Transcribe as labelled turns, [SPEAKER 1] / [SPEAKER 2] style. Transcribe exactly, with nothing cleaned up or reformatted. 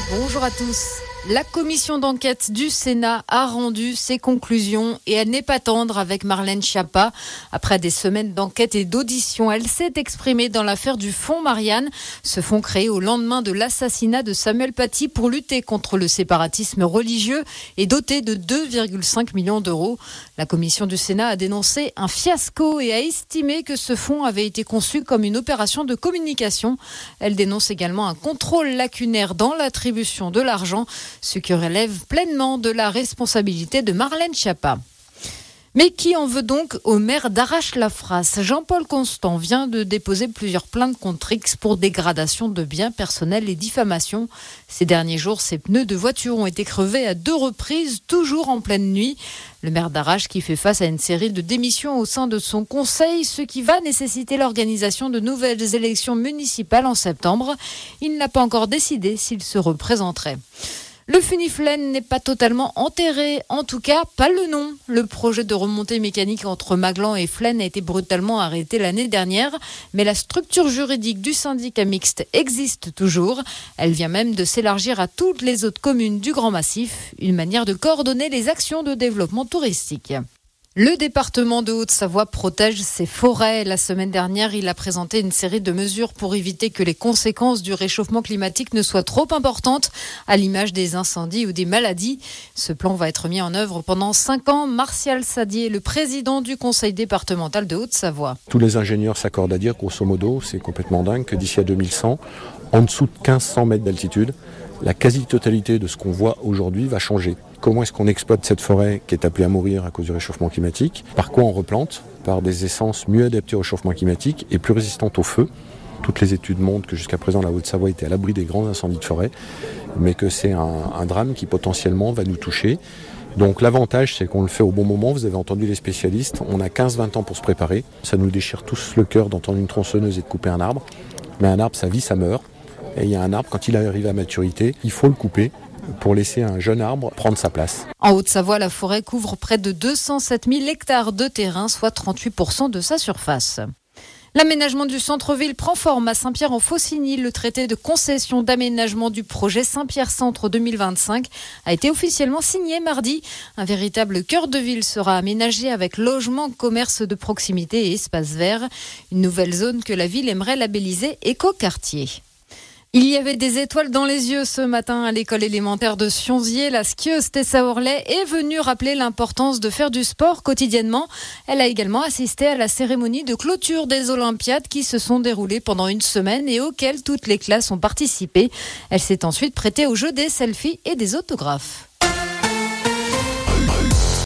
[SPEAKER 1] Bonjour à tous. La commission d'enquête du Sénat a rendu ses conclusions et elle n'est pas tendre avec Marlène Schiappa. Après des semaines d'enquête et d'audition, elle s'est exprimée dans l'affaire du fonds Marianne. Ce fonds créé au lendemain de l'assassinat de Samuel Paty pour lutter contre le séparatisme religieux est doté de deux virgule cinq millions d'euros. La commission du Sénat a dénoncé un fiasco et a estimé que ce fonds avait été conçu comme une opération de communication. Elle dénonce également un contrôle lacunaire dans l'attribution de l'argent, ce qui relève pleinement de la responsabilité de Marlène Schiappa. Mais qui en veut donc au maire d'Arrache-la-Frasse ? Jean-Paul Constant vient de déposer plusieurs plaintes contre X pour dégradation de biens personnels et diffamation. Ces derniers jours, ses pneus de voiture ont été crevés à deux reprises, toujours en pleine nuit. Le maire d'Arrache qui fait face à une série de démissions au sein de son conseil, ce qui va nécessiter l'organisation de nouvelles élections municipales en septembre. Il n'a pas encore décidé s'il se représenterait. Le Funiflen n'est pas totalement enterré, en tout cas pas le nom. Le projet de remontée mécanique entre Maglan et Flaine a été brutalement arrêté l'année dernière, mais la structure juridique du syndicat mixte existe toujours. Elle vient même de s'élargir à toutes les autres communes du Grand Massif, une manière de coordonner les actions de développement touristique. Le département de Haute-Savoie protège ses forêts. La semaine dernière, il a présenté une série de mesures pour éviter que les conséquences du réchauffement climatique ne soient trop importantes, à l'image des incendies ou des maladies. Ce plan va être mis en œuvre pendant cinq ans. Martial Sadier, le président du conseil départemental de Haute-Savoie.
[SPEAKER 2] Tous les ingénieurs s'accordent à dire, grosso modo, c'est complètement dingue, que d'ici à deux mille cent, en dessous de quinze cents mètres d'altitude, la quasi-totalité de ce qu'on voit aujourd'hui va changer. Comment est-ce qu'on exploite cette forêt qui est appelée à mourir à cause du réchauffement climatique ? Par quoi on replante ? Par des essences mieux adaptées au réchauffement climatique et plus résistantes au feu. Toutes les études montrent que jusqu'à présent la Haute-Savoie était à l'abri des grands incendies de forêt, mais que c'est un, un drame qui potentiellement va nous toucher. Donc l'avantage, c'est qu'on le fait au bon moment. Vous avez entendu les spécialistes, on a quinze vingt ans pour se préparer. Ça nous déchire tous le cœur d'entendre une tronçonneuse et de couper un arbre. Mais un arbre, ça vit, ça meurt. Et il y a un arbre, quand il arrive à maturité, il faut le couper pour laisser un jeune arbre prendre sa place.
[SPEAKER 1] En Haute-Savoie, la forêt couvre près de deux cent sept mille hectares de terrain, soit trente-huit pour cent de sa surface. L'aménagement du centre-ville prend forme à Saint-Pierre-en-Faucigny. Le traité de concession d'aménagement du projet Saint-Pierre-Centre deux mille vingt-cinq a été officiellement signé mardi. Un véritable cœur de ville sera aménagé avec logement, commerce de proximité et espaces verts. Une nouvelle zone que la ville aimerait labelliser écoquartier. Il y avait des étoiles dans les yeux ce matin à l'école élémentaire de Sionzier. La skieuse Tessa Orlet est venue rappeler l'importance de faire du sport quotidiennement. Elle a également assisté à la cérémonie de clôture des Olympiades qui se sont déroulées pendant une semaine et auxquelles toutes les classes ont participé. Elle s'est ensuite prêtée au jeu des selfies et des autographes.